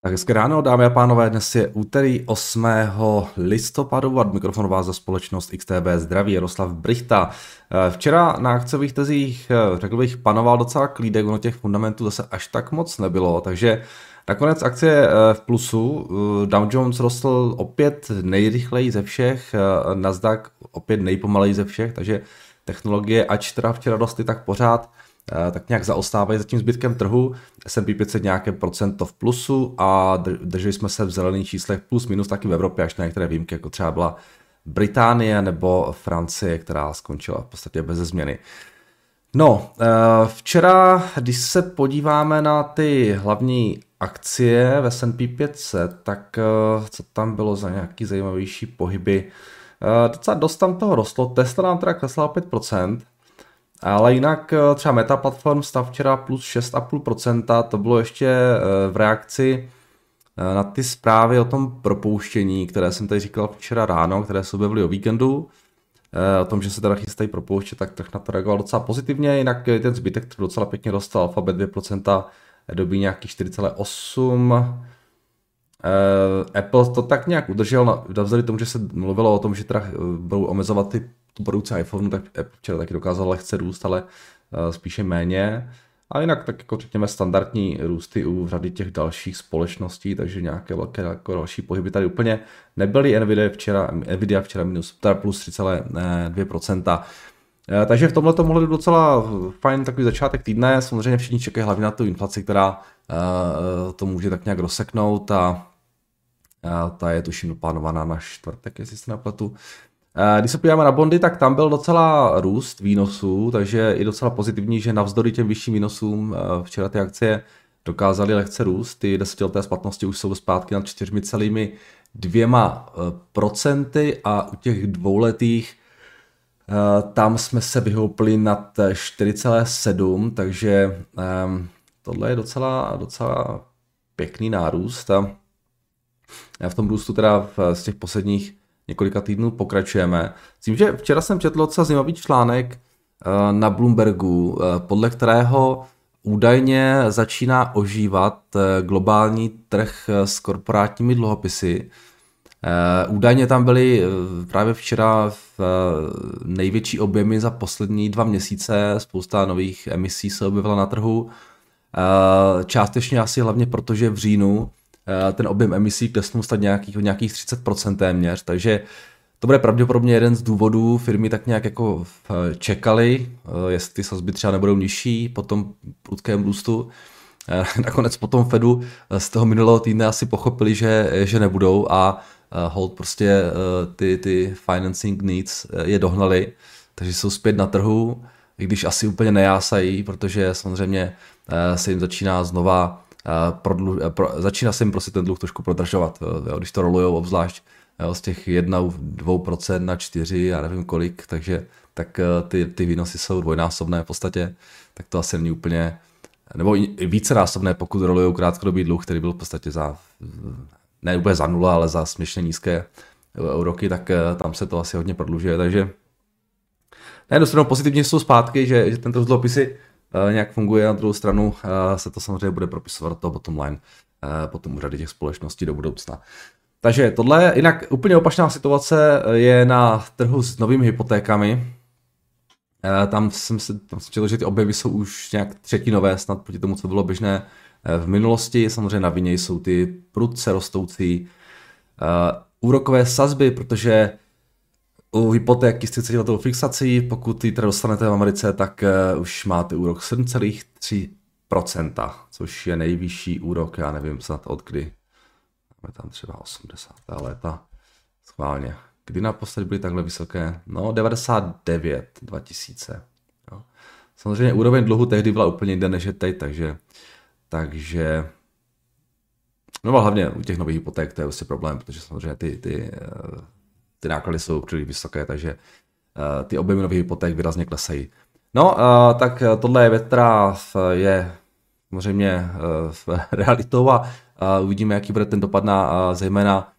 Tak hezké ráno, dámy a pánové, dnes je úterý 8. listopadu a mikrofon vás za společnost XTB zdraví Jaroslav Brychta. Včera na akciových tezích, řekl bych, panoval docela klídek, ono těch fundamentů zase až tak moc nebylo, takže nakonec akcie v plusu, Dow Jones rostl opět nejrychleji ze všech, Nasdaq opět nejpomaleji ze všech, takže technologie, ač teda včera rostly, tak pořád tak nějak zaostávají za tím zbytkem trhu. S&P 500 nějaké procento v plusu a drželi jsme se v zelených číslech plus minus taky v Evropě, až na některé výjimky, jako třeba byla Británie nebo Francie, která skončila v podstatě bez změny. No, včera, když se podíváme na ty hlavní akcie v S&P 500, tak co tam bylo za nějaký zajímavější pohyby? Docela dost tam toho rostlo, Tesla nám teda klesla o 5%, ale jinak třeba Meta Platform stav včera plus 6,5%, to bylo ještě v reakci na ty zprávy o tom propouštění, které jsem tady říkal včera ráno, které se objevily o víkendu, o tom, že se teda chystají propouštět, tak trh na to reagoval docela pozitivně, jinak ten zbytek docela pěkně rostl, Alphabet 2%, dobí nějakých 4,8%, Apple to tak nějak udržel, navzdory tomu, že se mluvilo o tom, že teda budou omezovat tu produkci iPhoneu, tak Apple včera taky dokázal lehce růst, ale spíše méně. A jinak tak jako řekněme standardní růsty u řady těch dalších společností, takže nějaké velké jako další pohyby tady úplně nebyly. Nvidia včera minus, teda plus 3,2%. Takže v tomhle to mohlo být docela fajn takový začátek týdne. Samozřejmě všichni čekají hlavně na tu inflaci, která to může tak nějak rozseknout a ta je tuším plánovaná na čtvrtek, jestli se nepletu. Když se podíváme na bondy, tak tam byl docela růst výnosů, takže je docela pozitivní, že navzdory těm vyšším výnosům včera ty akcie dokázaly lehce růst. Ty desetileté splatnosti už jsou zpátky na 4,2% a u těch dvouletých tam jsme se vyhoupli nad 4,7, takže tohle je docela pěkný nárůst. A v tom růstu teda z těch posledních několika týdnů pokračujeme. Myslím, že včera jsem četl docela zajímavý článek na Bloombergu, podle kterého údajně začíná ožívat globální trh s korporátními dluhopisy. Údajně tam byly právě včera největší objemy za poslední 2 měsíce, spousta nových emisí se objevila na trhu. Částečně asi hlavně proto, že v říjnu ten objem emisí klesnul stát nějakých 30% téměř, takže to bude pravděpodobně jeden z důvodů. Firmy tak nějak jako čekali, jestli ty sazby třeba nebudou nižší po tom prudkém růstu. Nakonec po tom Fedu z toho minulého týdne asi pochopili, že nebudou a hold prostě ty financing needs je dohnali, takže jsou zpět na trhu, i když asi úplně nejásají, protože samozřejmě se jim začíná znova začíná se jim prostě ten dluh trošku prodražovat, jo, když to rolujou obzvlášť z těch 1-2% na 4, já nevím kolik, takže tak ty výnosy jsou dvojnásobné v podstatě, tak to asi není úplně, nebo i vícenásobné, pokud rolujou krátkodobý dluh, který byl v podstatě ne úplně za 0, ale za směšně nízké úroky, tak tam se to asi hodně prodlužuje, takže na jednu stranu pozitivně jsou zpátky, že tento dluhopisy nějak funguje, na druhou stranu se to samozřejmě bude propisovat do toho bottom line potom u řady těch společností do budoucna. Takže tohle, jinak úplně opačná situace je na trhu s novými hypotékami. Tam jsem četl, že ty objevy jsou už nějak třetinové, snad proti tomu, co bylo běžné v minulosti. Samozřejmě na vině jsou ty prudce rostoucí úrokové sazby, protože u hypotéky s 30 letou fixací, pokud ji teda dostanete v Americe, tak už máte úrok 7,3%, což je nejvyšší úrok, já nevím snad od kdy. Máme tam třeba 80. léta, schválně. Kdy naposledy byly takhle vysoké? No 99 2000. Jo. Samozřejmě úroveň dluhu tehdy byla úplně jinde než je teď, takže no hlavně u těch nových hypoték to je vlastně problém, protože samozřejmě ty náklady jsou příliš vysoké, takže ty objemy nových hypoték výrazně klesají. No, tak tohle je věc, která je samozřejmě realitou a uvidíme, jaký bude ten dopad na zejména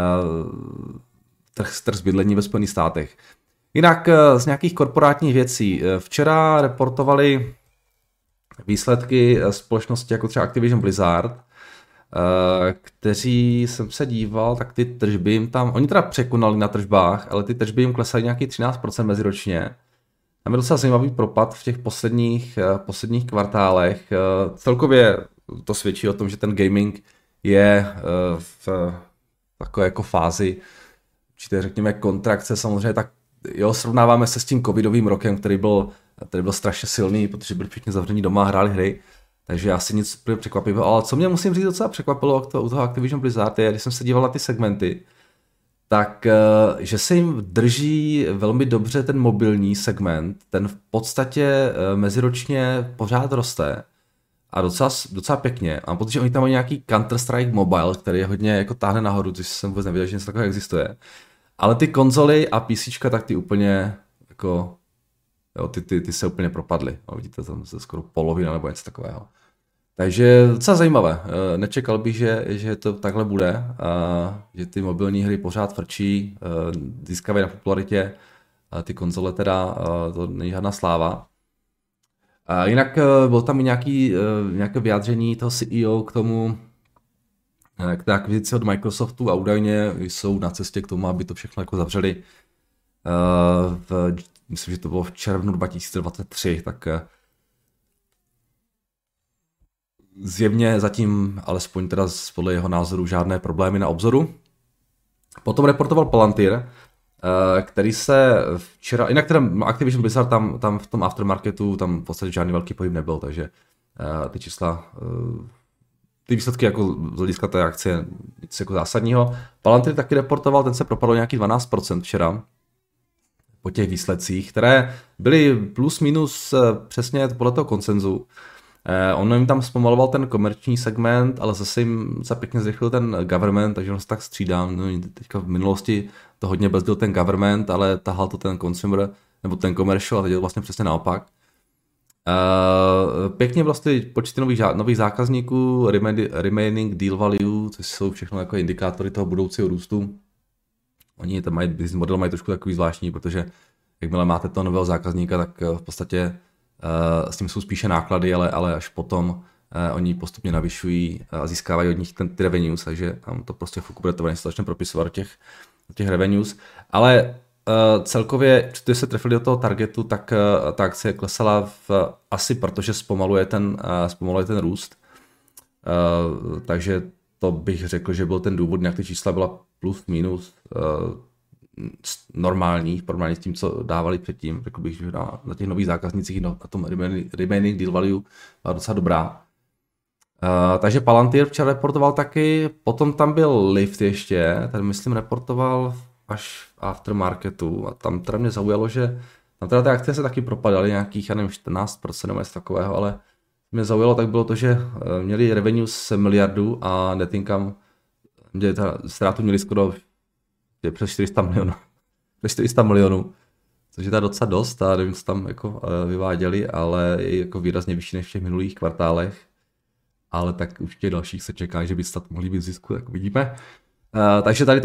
trh s bydlení ve Spojených státech. Jinak z nějakých korporátních věcí. Včera reportovali výsledky společnosti jako třeba Activision Blizzard. kteří jsem se díval, tak ty tržby jim tam, oni teda překonali na tržbách, ale ty tržby jim klesají nějaký 13% meziročně. Tam je docela zajímavý propad v těch posledních kvartálech. Celkově to svědčí o tom, že ten gaming je v takové jako fázi určitě řekněme kontrakce, samozřejmě tak jo, srovnáváme se s tím covidovým rokem, který byl strašně silný, protože byli všichni zavření doma a hráli hry, takže asi nic překvapivého, ale co mě musím říct docela překvapilo u toho Activision Blizzard je, když jsem se díval na ty segmenty, tak že se jim drží velmi dobře ten mobilní segment, ten v podstatě meziročně pořád roste a docela pěkně. A protože oni tam mají nějaký Counter-Strike Mobile, který je hodně jako táhne nahoru, což jsem vůbec nevěděl, že něco takového existuje. Ale ty konzoly a PCčka, tak ty úplně jako, jo, ty se úplně propadly. No, vidíte, tam se skoro polovina nebo něco takového. Takže docela zajímavé. Nečekal bych, že to takhle bude, že ty mobilní hry pořád frčí, získávají na popularitě, a ty konzole teda, to není žádná sláva. Jinak bylo tam i nějaké vyjádření toho CEO k tomu, k té akvizici od Microsoftu a údajně jsou na cestě k tomu, aby to všechno jako zavřeli. Myslím, že to bylo v červnu 2023, tak zjevně zatím, alespoň teda podle jeho názoru, žádné problémy na obzoru. Potom reportoval Palantir, který se včera, jinak teda Activision Blizzard tam v tom aftermarketu, tam v podstatě žádný velký pohyb nebyl, takže ty čísla, ty výsledky jako z hlediska té akcie nic jako zásadního. Palantir taky reportoval, ten se propadl nějaký 12% včera po těch výsledcích, které byly plus minus přesně podle toho konsenzu. On jim tam zpomaloval ten komerční segment, ale zase jim se pěkně zrychlil ten government, takže on se tak střídá. No, teďka v minulosti to hodně brzdil ten government, ale tahal to ten consumer, nebo ten commercial, a teď je to vlastně přesně naopak. Pěkně vlastně počty nových zákazníků, remaining deal value, což jsou všechno jako indikátory toho budoucího růstu. Oni tam mají, business model mají trošku takový zvláštní, protože jakmile máte toho nového zákazníka, tak v podstatě s tím jsou spíše náklady, ale až potom oni postupně navyšují a získávají od nich ty revenues, takže tam to prostě v bude se začne propisovat do těch revenues. Ale celkově, když se trefili do toho targetu, tak ta akcie klesala asi protože zpomaluje ten růst. Takže to bych řekl, že byl ten důvod, nějak ty čísla byla plus minus normální v porovnání s tím, co dávali předtím. Řekl bych, že na těch nových zákaznicích na tom remaining deal value byla docela dobrá. Takže Palantir včera reportoval taky, potom tam byl Lyft ještě, ten myslím reportoval až v aftermarketu a tam teda mě zaujalo, že tam teda ty akcie se taky propadaly nějakých, já nevím, 14% nebo něco takového, ale mě zaujalo tak bylo to, že měli revenues miliardu a net income, ztrátu měli skoro přes 400 milionů, což je teda docela dost a nevím, co tam jako vyváděli, ale je jako výrazně vyšší než v těch minulých kvartálech. Ale tak už těch dalších se čeká, že by snad mohli být v zisku, tak vidíme. Takže tady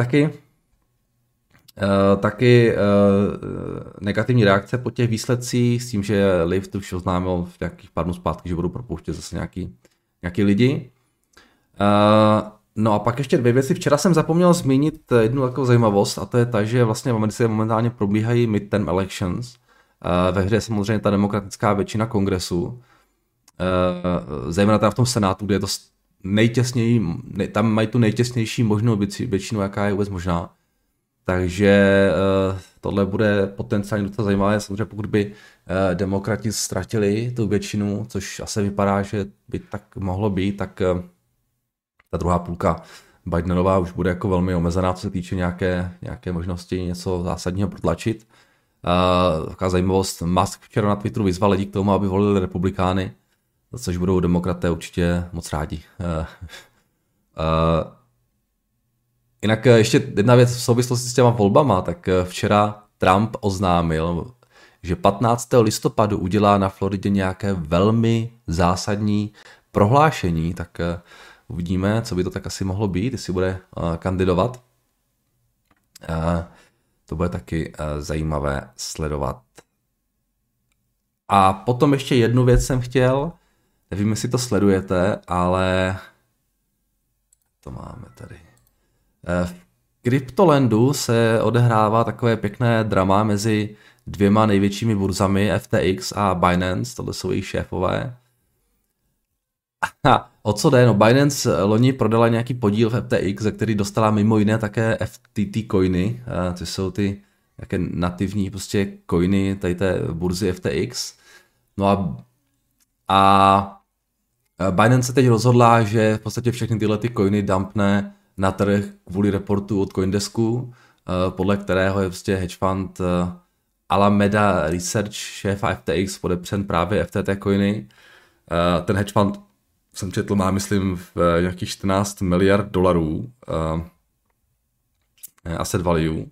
taky negativní reakce po těch výsledcích s tím, že Lyft už oznámil v nějakých pár dnů zpátky, že budou propouštět zase nějaký lidi. No a pak ještě dvě věci. Včera jsem zapomněl zmínit jednu takovou zajímavost a to je ta, že vlastně v Americe momentálně probíhají midterm elections. Ve hře je samozřejmě ta demokratická většina kongresu. Zejména teda v tom Senátu, kde je to tam mají tu nejtěsnější možnou většinu, jaká je vůbec možná. Takže tohle bude potenciálně docela zajímavé. Samozřejmě pokud by demokrati ztratili tu většinu, což asi vypadá, že by tak mohlo být, tak ta druhá půlka Bidenová už bude jako velmi omezená, co se týče nějaké možnosti něco zásadního protlačit. Taková zajímavost, Musk včera na Twitteru vyzval lidi k tomu, aby volili republikány, za což budou demokraté určitě moc rádi. Jinak ještě jedna věc v souvislosti s těma volbama, tak včera Trump oznámil, že 15. listopadu udělá na Floridě nějaké velmi zásadní prohlášení, tak uvidíme, co by to tak asi mohlo být, jestli bude kandidovat. To bude taky zajímavé sledovat. A potom ještě jednu věc jsem chtěl, nevím, jestli to sledujete, ale to máme tady? V Cryptolandu se odehrává takové pěkné drama mezi dvěma největšími burzami, FTX a Binance, tohle jsou jejich šéfové. O co jde? No Binance loni prodala nějaký podíl v FTX, za který dostala mimo jiné také FTT coiny, což jsou ty jaké nativní prostě coiny tady té burzy FTX. No a Binance se teď rozhodla, že v podstatě všechny tyhle ty coiny dumpne na trh kvůli reportu od Coindesku, podle kterého je prostě hedge fund Alameda Research, šéfa FTX, podepřen právě FTT coiny. Ten hedge fund, jsem četl, má myslím v nějakých 14 miliard dolarů asset value.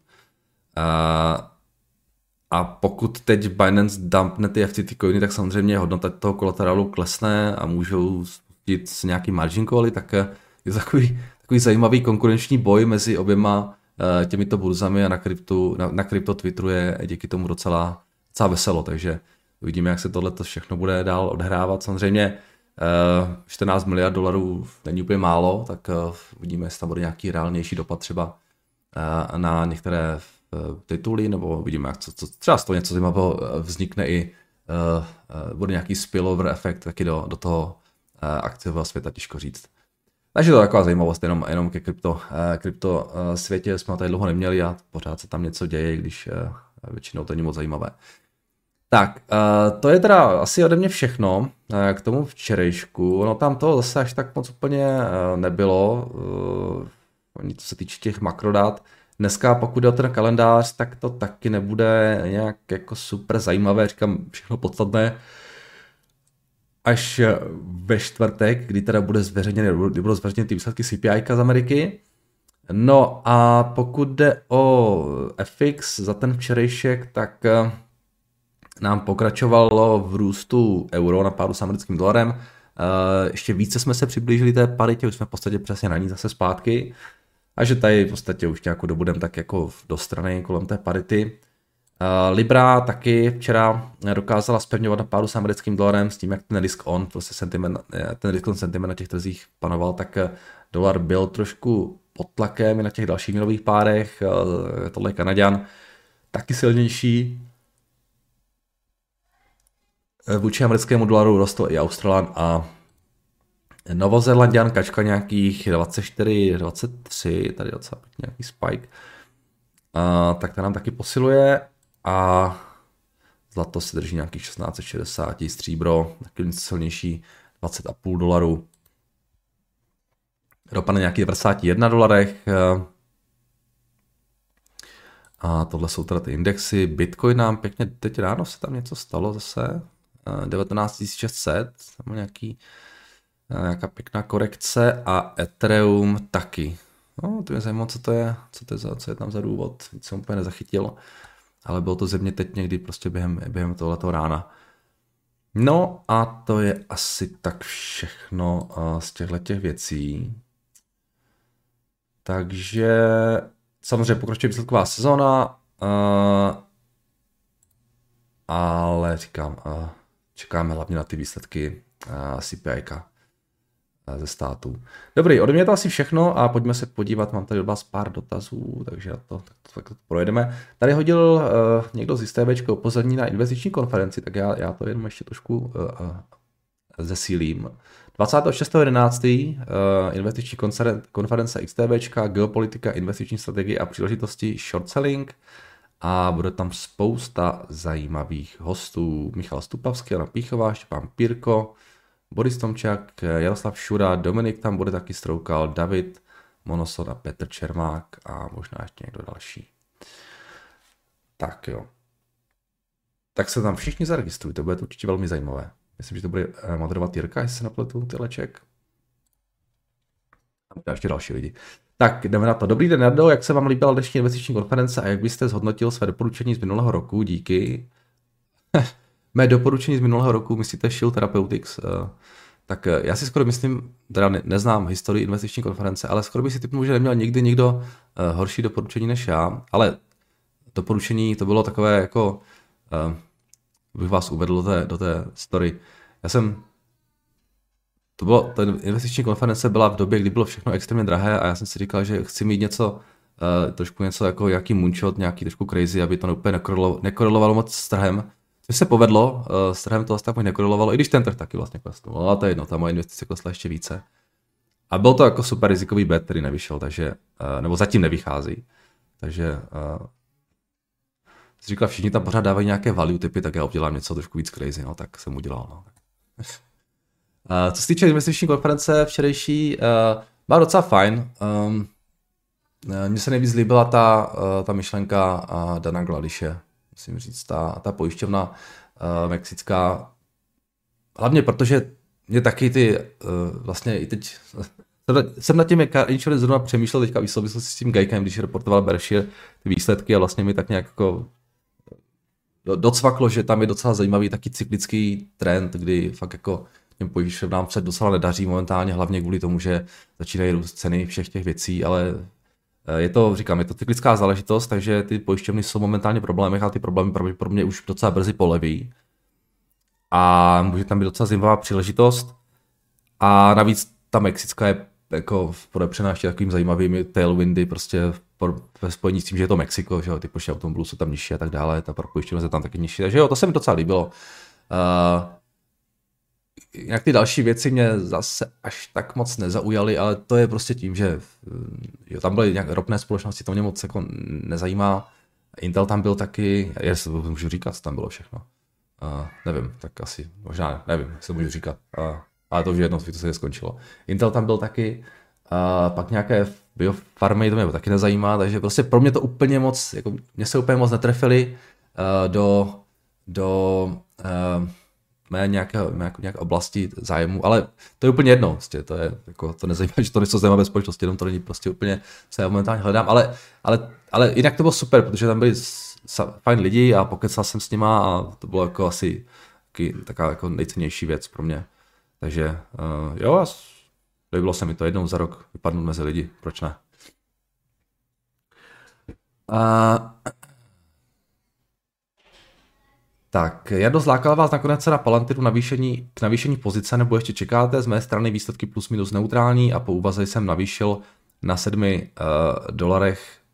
A pokud teď Binance dumpne ty FTT coiny, tak samozřejmě hodnota toho kolaterálu klesne a můžou spustit s nějaký margin cally, tak je takový zajímavý konkurenční boj mezi oběma těmito burzami a na krypto Twitteru je díky tomu docela veselo, takže uvidíme, jak se tohleto všechno bude dál odhrávat. Samozřejmě 14 miliard dolarů není úplně málo, tak uvidíme, jestli tam bude nějaký reálnější dopad třeba na některé tituly, nebo vidíme, jak třeba z toho něco zajímavého vznikne i bude nějaký spillover efekt taky do toho akciového světa, těžko říct. Takže to je taková zajímavost jenom ke krypto světě, jsme ho tady dlouho neměli a pořád se tam něco děje, když většinou to není moc zajímavé. Tak, to je teda asi ode mě všechno k tomu včerejšku. No tam toho zase až tak moc úplně nebylo, co se týče těch makrodat. Dneska, pokud jde o ten kalendář, tak to taky nebude nějak jako super zajímavé, říkám všechno podstatné. Až ve čtvrtek, kdy teda budou zveřejněny ty výsledky CPI z Ameriky. No a pokud jde o FX za ten včerejšek, tak nám pokračovalo v růstu euro na pádu s americkým dolarem. Ještě více jsme se přiblížili té paritě, už jsme v podstatě přesně na ní zase zpátky. A že tady v podstatě už nějakou dobu jdem tak jako do strany kolem té parity. Libra taky včera dokázala zpevňovat na pádu s americkým dolarem s tím, jak ten risk on, prostě ten risk on sentiment na těch trzích panoval, tak dolar byl trošku pod tlakem i na těch dalších měnových párech. Tohle je Kanaďan taky silnější. Vůči americkému dolaru rostl i Australan a Novozélanďan kačka nějakých 24, 23, tady docela nějaký spike. Tak to nám taky posiluje a zlato si drží nějakých 1660, stříbro taky něco silnější, $20,5. Ropa na nějakých $91. A tohle jsou teda ty indexy. Bitcoin nám pěkně, teď ráno se tam něco stalo zase. 19 600, tam nějaká pěkná korekce a Ethereum taky. No, to mě zajímalo, co je tam za důvod, nic jsem úplně nezachytil, ale bylo to ze mě teď někdy prostě během tohletoho rána. No a to je asi tak všechno z těchto věcí. Takže samozřejmě pokračuje výsledková sezóna, ale říkám, čekáme hlavně na ty výsledky CPI ze států. Dobrý, ode mě to asi všechno a pojďme se podívat, mám tady od vás pár dotazů, takže to projedeme. Tady hodil někdo z ISTBčka upozornění na investiční konferenci, tak já to jenom ještě trošku zesílím. 26.11. Investiční konference XTBčka, geopolitika, investiční strategie a příležitosti short selling a bude tam spousta zajímavých hostů. Michal Stupavský, Jana Píchová, Štěpán Pírko, Boris Tomčák, Jaroslav Šura, Dominik tam bude taky Stroukal, David Monoson a Petr Čermák a možná ještě někdo další. Tak jo. Tak se tam všichni zaregistrují, to bude to určitě velmi zajímavé. Myslím, že to bude moderovat Jirka, jestli se napletu Tyleček. A ještě další lidi. Tak jdeme na to. Dobrý den, Jardo, jak se vám líbila dnešní investiční konference a jak byste zhodnotil své doporučení z minulého roku? Díky. Mé doporučení z minulého roku, myslíte Shield Therapeutics? Tak já si skoro myslím, teda neznám historii investiční konference, ale skoro bych si typnul, že neměl nikdy nikdo horší doporučení než já, ale doporučení to bylo takové jako, bych vás uvedl do té story. Já jsem ten investiční konference byla v době, kdy bylo všechno extrémně drahé a já jsem si říkal, že chci mít něco, trošku něco jako nějaký moonshot, nějaký trošku crazy, aby to úplně nekorelovalo moc s trhem. Což se povedlo, s trhem to asi tak moc nekorelovalo, i když ten trh taky vlastně klesnul, ale to je jedno, ta moje investice klesla ještě více. A byl to jako super rizikový bet, který nevyšel, takže, nebo zatím nevychází. Takže říkal, všichni tam pořád dávají nějaké value typy, tak já udělám něco trošku víc crazy, no, tak jsem udělal. No. Co se týče investiční konference včerejší, byla docela fajn. Mně se nejvíc líbila ta myšlenka Dana Gladiše, musím říct, ta pojišťovna mexická. Hlavně protože mě taky vlastně i teď jsem nad tím car insurance zrovna přemýšlel teďka v souvislosti s tím Geikem, když reportoval Berkshire ty výsledky a vlastně mi tak nějak jako docvaklo, že tam je docela zajímavý taky cyklický trend, kdy fakt jako těm pojišťovnám se docela nedaří momentálně, hlavně kvůli tomu, že začínají růst ceny všech těch věcí, ale je to cyklická záležitost, takže ty pojišťovny jsou momentálně v problémech a ty problémy pravděpodobně už docela brzy poleví. A může tam být docela zajímavá příležitost. A navíc ta mexická je jako podepřená ještě takovým zajímavými tailwindy, prostě ve spojení s tím, že je to Mexiko, že jo, ty počty automobilů jsou tam nižší a tak dále, ta propojišťovnost je tam taky nižší, takže jo, to se mi docela líbilo. Jak ty další věci mě zase až tak moc nezaujaly, ale to je prostě tím, že jo, tam byly nějaké ropné společnosti, to mě moc jako nezajímá. Intel tam byl taky, já si můžu říkat, co tam bylo všechno. Nevím, tak asi, možná nevím, jestli můžu říkat. Ale to už jedno, to se skončilo. Intel tam byl taky, pak nějaké biofarmy, to mě nějak nezajímá, takže prostě pro mě to úplně moc, jako mě se úplně moc netrefili do mé nějaké oblasti zájmu, ale to je úplně jedno, prostě, to je jako, to nezajímá, že to něco zajímavé společnosti, jenom to není prostě úplně, co já momentálně hledám, ale jinak to bylo super, protože tam byli fajn lidi a pokecal jsem s nima a to bylo jako asi taková jako nejcennější věc pro mě. Takže jo, líbilo se mi to jednou za rok vypadnout mezi lidi, proč ne? Tak, Jardo, zlákal vás nakonec na Palantiru k navýšení pozice, nebo ještě čekáte? Z mé strany výsledky plus minus neutrální a po úvaze jsem navýšil na $7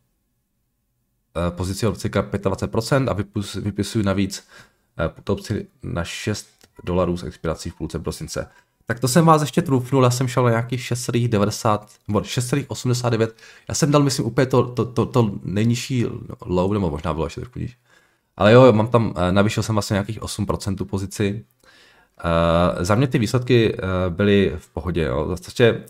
pozici od cirka 25% a vypisuji navíc opci na $6 s expirací v půlce prosince. Tak to jsem vás ještě trůfnul, já jsem šel na nějakých 6,90 nebo 6,89. Já jsem dal, myslím, úplně to nejnižší low, nebo možná bylo ještě trošku níž. Ale jo, mám tam, navýšil jsem vlastně nějakých 8% pozici. Za mě ty výsledky byly v pohodě. Jo. Vlastně,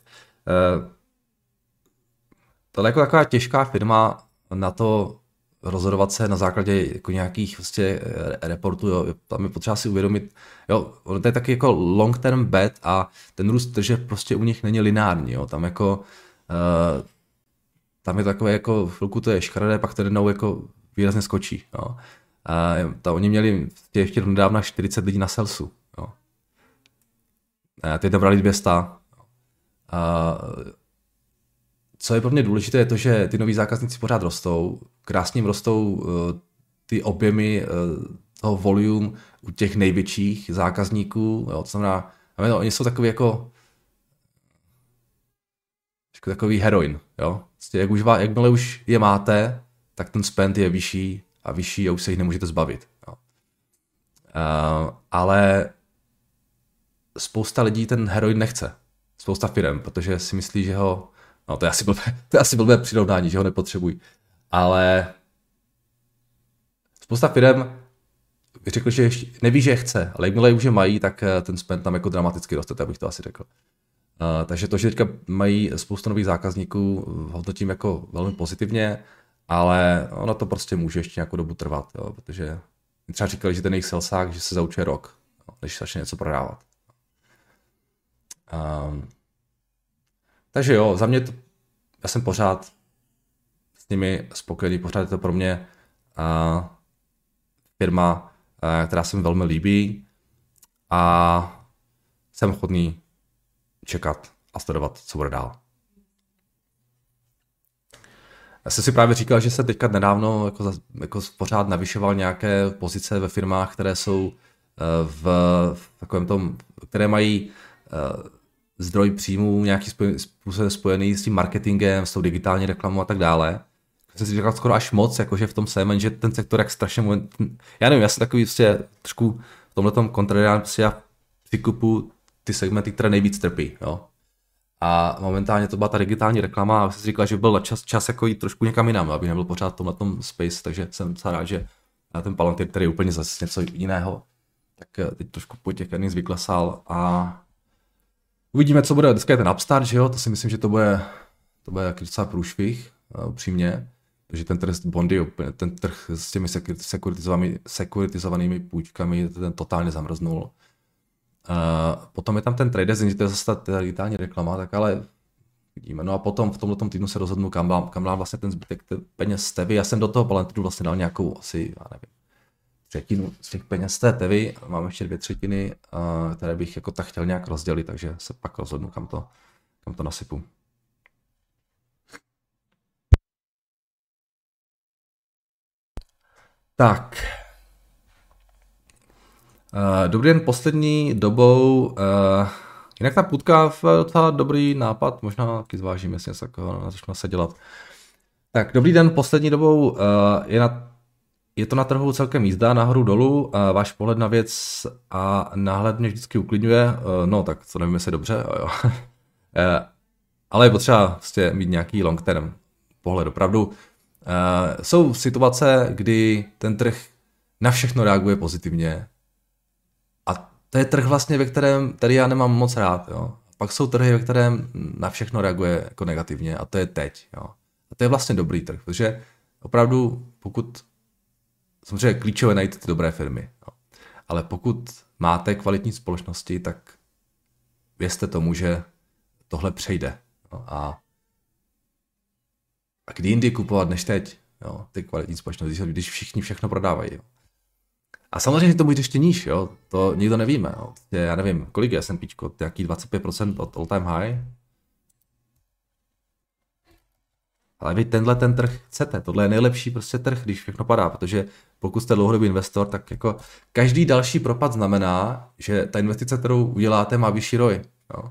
tohle je jako taková těžká firma na to rozhodovat se na základě jako nějakých vlastně reportů, jo. Tam je potřeba si uvědomit, jo, to je taky jako long term bet a ten růst tržeb prostě u nich není lineární, jo. Tam jako tam je takové jako chvilku to je škaredé, pak to jednou jako výrazně skočí, jo. Oni měli ještě nedávno 40 lidí na salesu, jo. Teď dobrali 200. Co je pro mě důležité, je to, že ty noví zákazníci pořád rostou, krásně rostou ty objemy toho volume u těch největších zákazníků, jo, to znamená, oni jsou takový jako takový heroin, jo. Jakmile už je máte, tak ten spend je vyšší a vyšší a už se jich nemůžete zbavit. Jo. Ale spousta lidí ten heroin nechce. Spousta firem, protože si myslí, že ho, no to je asi blbé přirovnání, že ho nepotřebují. Ale spousta firem řekl, že neví, že je chce, ale jakmile už je mají, tak ten spend tam jako dramaticky roste, tak bych to asi řekl. Takže to, že teďka mají spoustu nových zákazníků, hodnotím jako velmi pozitivně, ale ono to prostě může ještě nějakou dobu trvat, jo, protože třeba říkali, že ten jejich salesák, že se zaučuje rok, jo, než začne něco prodávat. Takže jo, za mě já jsem pořád s nimi spokojený, pořád je to pro mě firma, která se mi velmi líbí a jsem ochotný čekat a sledovat, co bude dál. Já jsem si právě říkal, že se teďka nedávno jako pořád navyšoval nějaké pozice ve firmách, které jsou v takovém tom, které mají zdroj příjmů nějaký způsobem spojený s tím marketingem, s tou digitální reklamou a tak dále. Jsem si říkal skoro až moc, jakože v tom jsem, že ten sektor jak strašně já nevím, já jsem takový prostě trošku v tomhletom kontrarián, prostě já přikupu ty segmenty, které nejvíc trpí, jo. A momentálně to byla ta digitální reklama a jsem si říkal, že byl čas jako jít trošku někam jinam, aby nebyl pořád v tomhletom space, takže jsem docela rád, že na ten Palantir, který je úplně zase něco jiného, tak teď trošku po těch earnings vyklesal a uvidíme, co bude. Dneska je ten upstart, že jo, to si myslím, že to bude docela průšvih, upřímně, protože ten trh s bondy, ten trh s těmi sekuritizovanými půjčkami, ten totálně zamrznul. Potom je tam ten trade desk, to je zase ta digitální reklama, tak ale vidíme. No a potom v tomto týdnu se rozhodnu, kam dám vlastně ten zbytek peněz z Tevy. Já jsem do toho Palantiru vlastně dal nějakou asi, já nevím, třetinu z těch peněz z té Tevy, mám ještě 2/3, které bych jako tak chtěl nějak rozdělit, takže se pak rozhodnu, kam to nasypu. Tak. Dobrý den, poslední dobou, jinak ta půdka je docela dobrý nápad, možná taky zvážím, jestli něco takového začnu se dělat. Tak, dobrý den, poslední dobou je to na trhu celkem jízda, nahoru dolů, váš pohled na věc a náhled mě vždycky uklidňuje, no tak to nevím, jestli dobře, jo. Ale je potřeba prostě mít nějaký long term pohled, opravdu. Jsou situace, kdy ten trh na všechno reaguje pozitivně a to je trh vlastně, ve kterém tady já nemám moc rád, jo. Pak jsou trhy, ve kterém na všechno reaguje jako negativně a to je teď, jo. A to je vlastně dobrý trh, protože opravdu pokud samozřejmě klíčové najít ty dobré firmy, jo. Ale pokud máte kvalitní společnosti, tak věřte tomu, že tohle přejde, jo. A kdy jindy kupovat než teď, jo, ty kvalitní společnosti, když všichni všechno prodávají. Jo. A samozřejmě to může ještě níž, jo, to nikdo nevíme. Jo. Já nevím, kolik je S&Pčko, nějaký 25% od all time high. Ale vy ten trh chcete, tohle je nejlepší prostě trh, když všechno padá, protože pokud jste dlouhodobý investor, tak jako každý další propad znamená, že ta investice, kterou uděláte, má vyšší ROI. Jo.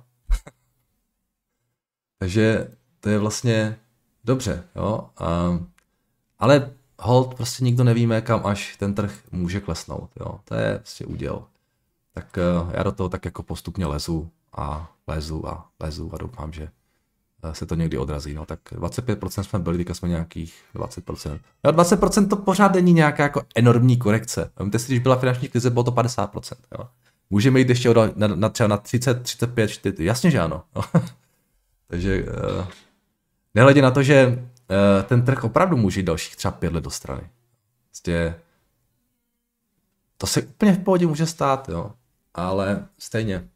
Takže to je vlastně dobře, jo. Ale hold, prostě nikdo nevíme, kam až ten trh může klesnout, jo. To je prostě úděl. Tak já do toho tak jako postupně lezu a doufám, že se to někdy odrazí, no. Tak 25% jsme byli, teďka jsme nějakých 20%. Jo, 20% to pořád není nějaká jako enormní korekce. Víte si, když byla finanční krize, bylo to 50%, jo. Můžeme jít ještě třeba na 30, 35, 40, jasně, že ano. Takže nehledě na to, že ten trh opravdu může jít dalších třeba 5 let do strany. Prostě to se úplně v pohodě může stát, jo. Ale stejně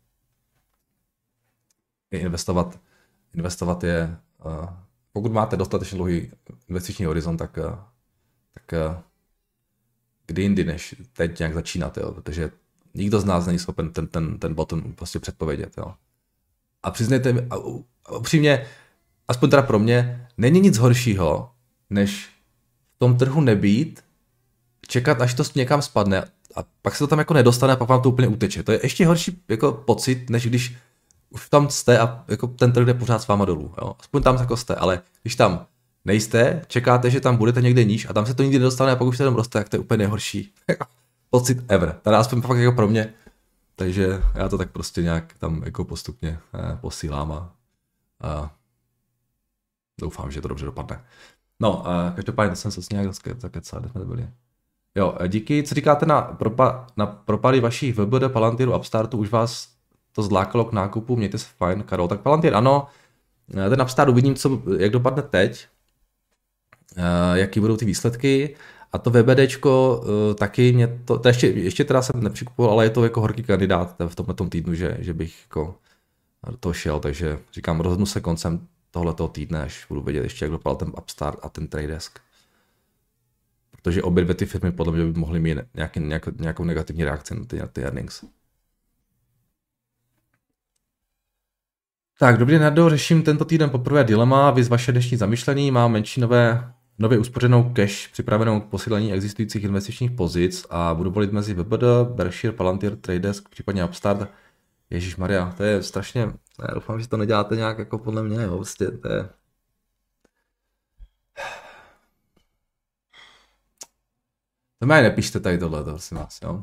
investovat je, pokud máte dostatečně dlouhý investiční horizont, tak kdy jindy než teď nějak začínat, jo. Protože nikdo z nás není schopen ten bottom prostě předpovědět, jo. A přiznejte mi, upřímně, aspoň teda pro mě, není nic horšího, než v tom trhu nebýt, čekat, až to někam spadne a pak se to tam jako nedostane a pak vám to úplně uteče. To je ještě horší jako pocit, než když už tam jste a jako ten trh jde pořád s váma dolů. Jo? Aspoň tam jako jste, ale když tam nejste, čekáte, že tam budete někde níž a tam se to nikdy nedostane a pak už se tam roste, tak to je úplně nejhorší pocit ever. Teda aspoň fakt jako pro mě. Takže já to tak prostě nějak tam jako postupně posílám a doufám, že to dobře dopadne. No, každopádně jsem se s nějak zakecal, kde jsme to byli. Jo, díky. Co říkáte na propady vašich VBD, Palantiru, Upstartu? Už vás to zlákalo k nákupu? Mějte se fajn, Karol. Tak Palantir, ano. Ten Upstart uvidím, jak dopadne teď. Jaký budou ty výsledky. A to VBDčko taky mě to ještě teda jsem nepřikupoval, ale je to jako horký kandidát v tomhle týdnu, že bych jako do toho šel, takže říkám, rozhodnu se koncem tohletoho týdne, až budu vědět ještě, jak dopadl ten Upstart a ten Trade Desk. Protože obě dvě ty firmy podle mě by mohly mít nějakou negativní reakci na ty earnings. Tak, dobrý den, Nardo, řeším tento týden poprvé dilema, viz vaše dnešní zamyšlení, mám menší nově uspořenou cash připravenou k posílení existujících investičních pozic a budu volit mezi VBD, Berkshire, Palantir, Trade Desk, případně Upstart. Ježišmarja, to je strašně, já doufám, že to neděláte nějak jako podle mě, jo, prostě to je... To mě nepište tady tohle, to prosím vás, jo.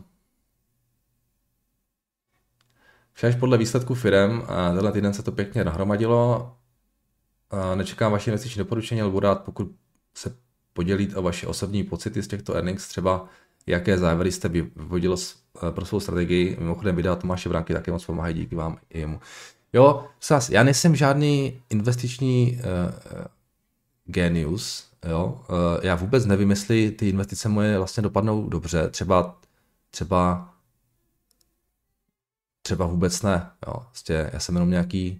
Však podle výsledků firem, tenhle týden se to pěkně nahromadilo. Nečekám vaše investiční doporučení, ale budu rád, pokud se podělíte o vaše osobní pocity z těchto earnings, třeba jaké závěry jste vyvodil pro svou strategii. Mimochodem videa Tomáše Vránky také moc pomáhají, díky vám i jemu. Jo, já nejsem žádný investiční genius, jo. Já vůbec nevím, jestli ty investice moje vlastně dopadnou dobře, třeba vůbec ne, jo. Vlastně já jsem jenom nějaký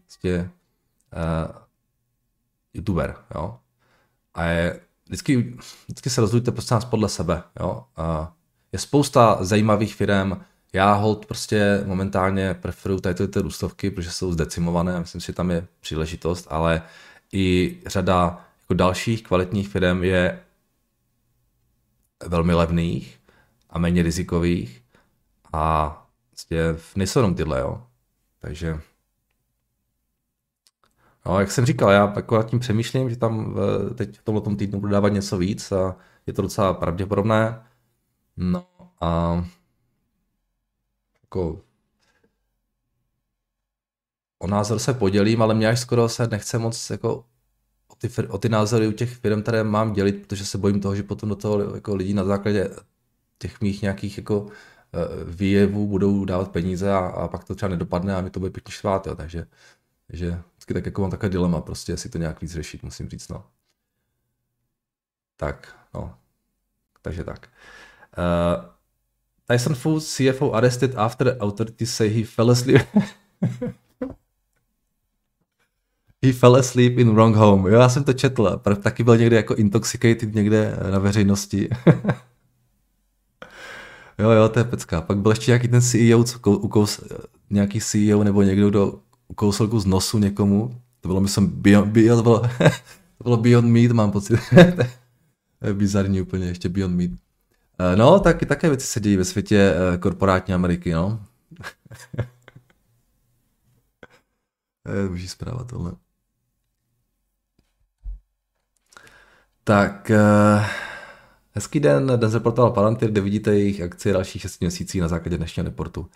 youtuber, jo. A vždycky se rozhodujte prostě nás podle sebe, jo. Je spousta zajímavých firm, já hold prostě momentálně preferuju tady ty růstovky, protože jsou zdecimované, myslím si, že tam je příležitost, ale i řada jako dalších kvalitních firm je velmi levných a méně rizikových a vlastně nejsou jenom tyhle, jo. Takže no, jak jsem říkal, já jako nad tím přemýšlím, že tam teď v tomto týdnu budu dávat něco víc a je to docela pravděpodobné. No a jako o názor se podělím, ale mě až skoro se nechce moc jako o ty názory u těch firm, které mám dělit, protože se bojím toho, že potom do toho jako lidi na základě těch mých nějakých jako výjevů budou dávat peníze a pak to třeba nedopadne a mi to bude pěkně štvát, jo, takže vždycky tak jako mám takové dilema, prostě jestli to nějak víc řešit, musím říct, no. Tak, no. Takže tak. Tyson Foods CFO arrested after authorities say he fell asleep. He fell asleep in wrong home. Jo, já jsem to četl. Taky byl někde jako intoxicated někde na veřejnosti. Jo, to je pecka. Pak byl ještě nějaký ten CEO, nějaký CEO nebo někdo, kdo ukousl z nosu někomu. To bylo, myslím, to bylo Beyond Meat, mám pocit. To je bizarní úplně, ještě Beyond Meat. No, také věci se dějí ve světě korporátní Ameriky, no. Je boží zpráva tohle. Tak, hezký den z portálu Palantir, kde vidíte jejich akcie dalších 6 měsící na základě dnešního reportu.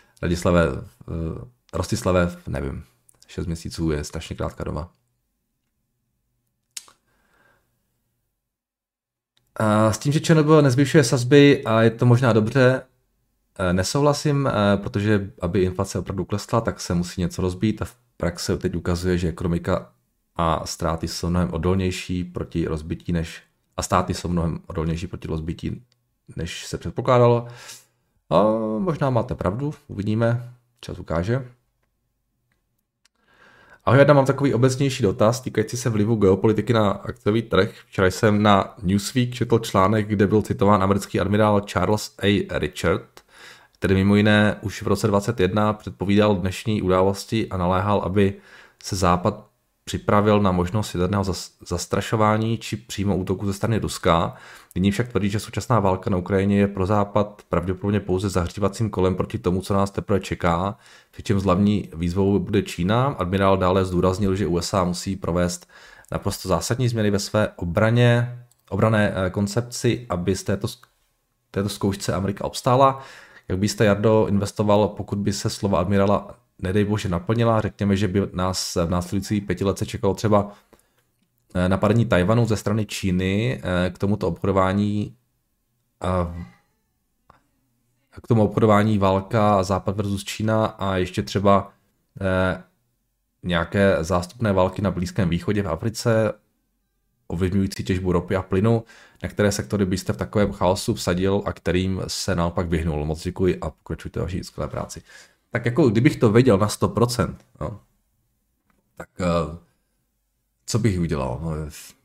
Rostislave, nevím, 6 měsíců je strašně krátká doba. S tím, že ČNB nezvyšuje sazby a je to možná dobře, nesouhlasím, protože aby inflace opravdu klesla, tak se musí něco rozbít a v praxi teď ukazuje, že ekonomika a ztráty jsou mnohem odolnější proti rozbití než se předpokládalo. A možná máte pravdu, uvidíme, čas ukáže. Ahoj, já mám takový obecnější dotaz týkající se vlivu geopolitiky na akciový trh. Včera jsem na Newsweek četl článek, kde byl citován americký admirál Charles A. Richard, který mimo jiné už v roce 2021 předpovídal dnešní události a naléhal, aby se Západ připravil na možnost jaderného zastrašování či přímo útoku ze strany Ruska. Nyní však tvrdí, že současná válka na Ukrajině je pro Západ pravděpodobně pouze zahřívacím kolem proti tomu, co nás teprve čeká, přičemž hlavní výzvou bude Čína. Admirál dále zdůraznil, že USA musí provést naprosto zásadní změny ve své obranné koncepci, aby z této zkoušce Amerika obstála. Jak byste, Jardo, investoval, pokud by se slova admirála nedej bože naplnila? Řekněme, že by nás v následující 5 letech čekalo třeba napadení Tajvanu ze strany Číny k tomu obchodování válka Západ versus Čína a ještě třeba nějaké zástupné války na Blízkém východě, v Africe, ovlivňující těžbu ropy a plynu, na které sektory byste v takovém chaosu vsadil a kterým se naopak vyhnul. Moc děkuji a pokračujte vaší skvělé práci. Tak jako kdybych to věděl na 100%, no, tak co bych udělal? No,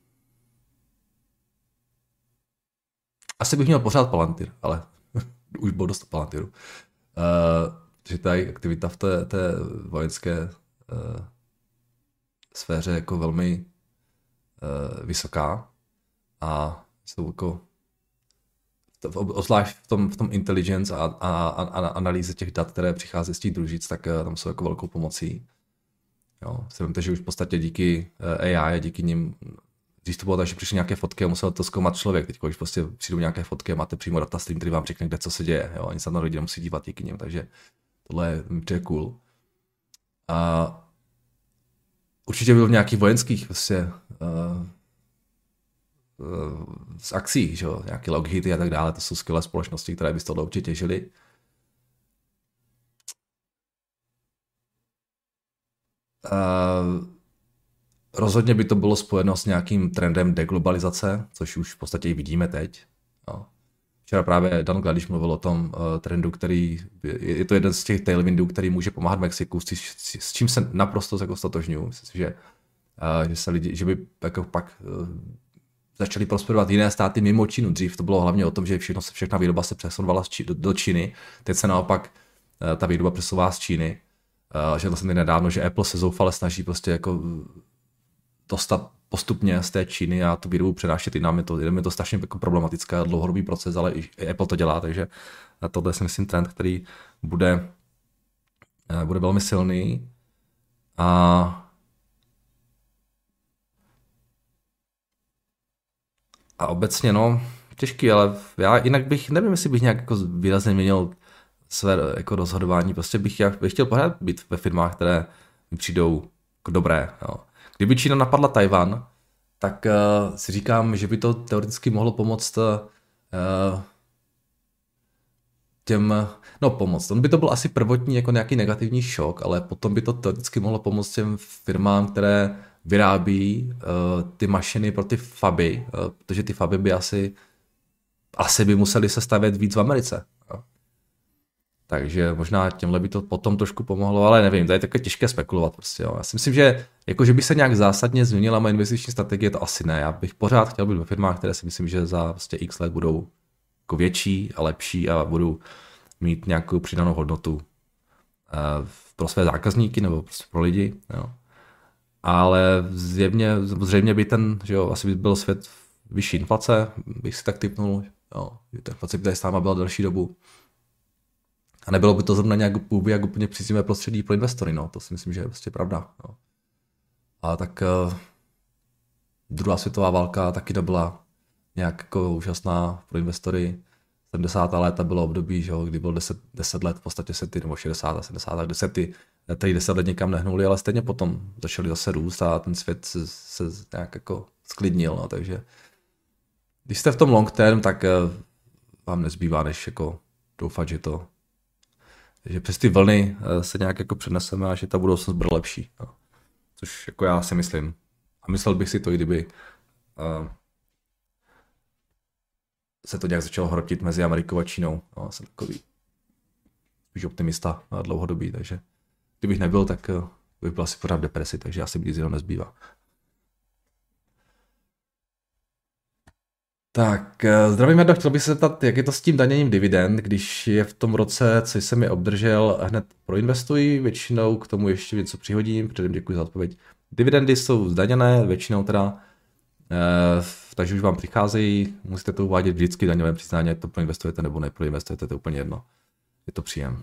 asi bych měl pořád Palantir, ale už byl dost Palantiru. Že ta aktivita v té vojenské sféře jako velmi vysoká a jsou jako Zvlášť v tom intelligence a analýze těch dat, které přichází z těch družic, tak tam jsou jako velkou pomocí. Jo, si vemte, že už v podstatě díky AI a díky nim, když to bylo tak, že přišly nějaké fotky a musel to zkoumat člověk, teď když prostě přijdou nějaké fotky a máte přímo datastream, který vám řekne, kde co se děje, jo, ani se na lidi nemusí dívat díky nim, takže tohle je cool. A určitě byl v nějakých vojenských prostě z akcí, že jo, nějaké Lockheedy a tak dále, to jsou skvělé společnosti, které by z toho určitě těžily. Rozhodně by to bylo spojeno s nějakým trendem deglobalizace, což už v podstatě i vidíme teď. Jo. Včera právě Dan Gladiš mluvil o tom trendu, který je to jeden z těch tailwindů, který může pomáhat Mexiku, s čím se naprosto jako stotožňuji. Myslím si, že by jako pak začaly prosperovat jiné státy mimo Čínu. Dřív to bylo hlavně o tom, že všechna výroba se přesunovala do Číny, teď se naopak ta výroba přesouvá z Číny. Že to jsem nedávno, že Apple se zoufale snaží prostě jako dostat postupně z té Číny a tu výrobu přenášet i nám. Je to strašně jako problematické a dlouhodobý proces, ale i Apple to dělá, takže tohle je si myslím trend, který bude velmi silný. A obecně, no, těžký, ale já jinak nevím, jestli bych nějak jako výrazně měnil své jako rozhodování, prostě bych chtěl pořád být ve firmách, které mi přijdou jako dobré. Jo. Kdyby Čína napadla Tajvan, tak si říkám, že by to teoreticky mohlo pomoct pomoct. On by to byl asi prvotní jako nějaký negativní šok, ale potom by to teoreticky mohlo pomoct těm firmám, které vyrábí ty mašiny pro ty faby, protože ty faby by asi by museli se stavět víc v Americe. Jo. Takže možná těmhle by to potom trošku pomohlo, ale nevím, to je také těžké spekulovat prostě. Jo. Já si myslím, že by se nějak zásadně změnila moje investiční strategie, to asi ne. Já bych pořád chtěl být ve firmách, které si myslím, že za prostě x let budou jako větší a lepší a budou mít nějakou přidanou hodnotu pro své zákazníky nebo prostě pro lidi. Jo. Ale zřejmě by asi by byl svět vyšší inflace, bych si tak tipnul. Jo. Ta inflace by tady s náma byla delší dobu. A nebylo by to zrovna nějak úplně příznivé prostředí pro investory, no, to si myslím, že je prostě pravda. No. A tak druhá světová válka taky nebyla nějak jako úžasná pro investory. 70. léta bylo období, že, kdy bylo 10 let v podstatě nebo 60 a 70, kde se ty 10 let nikam nehnuli, ale stejně potom začaly zase růst a ten svět se nějak jako sklidnil, no, takže když jste v tom long term, tak vám nezbývá, než jako doufat, že přes ty vlny se nějak jako přeneseme a že ta budoucnost bude lepší. No. Což jako já si myslím. A myslel bych si to, i kdyby se to nějak začalo hrotit mezi Amerikou a Čínou. No, jsem takový spíš optimista a dlouhodobý, takže kdybych nebyl, tak bych byl asi pořád v depresi, takže asi nic jiného nezbývá. Tak, zdravím, Jardo, chtěl bych se zeptat, jak je to s tím daněním dividend, když je v tom roce, co jsem je obdržel, hned proinvestuji, většinou k tomu ještě něco přihodím, předem děkuji za odpověď. Dividendy jsou zdaněné, většinou teda, takže už vám přicházejí, musíte to uvádět vždycky daňové přiznání, ať to proinvestujete nebo neproinvestujete, to je úplně jedno. Je to příjem.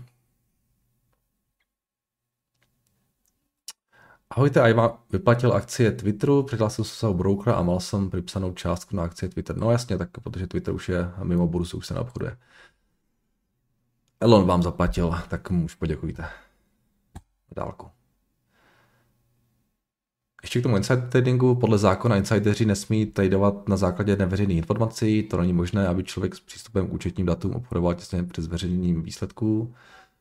Ahojte, Iva vyplatil akcie Twitteru, přihlásil jsem se u brokera a mal jsem připsanou částku na akcie Twitter. No jasně, tak protože Twitter už je mimo burzu, už se neobchoduje. Elon vám zaplatil, tak mu už poděkujte. Dálku. Ještě k tomu insider tradingu. Podle zákona insideři nesmí tradovat na základě neveřejných informací. To není možné, aby člověk s přístupem k účetním datům obchodoval těsně před zveřejněním výsledků.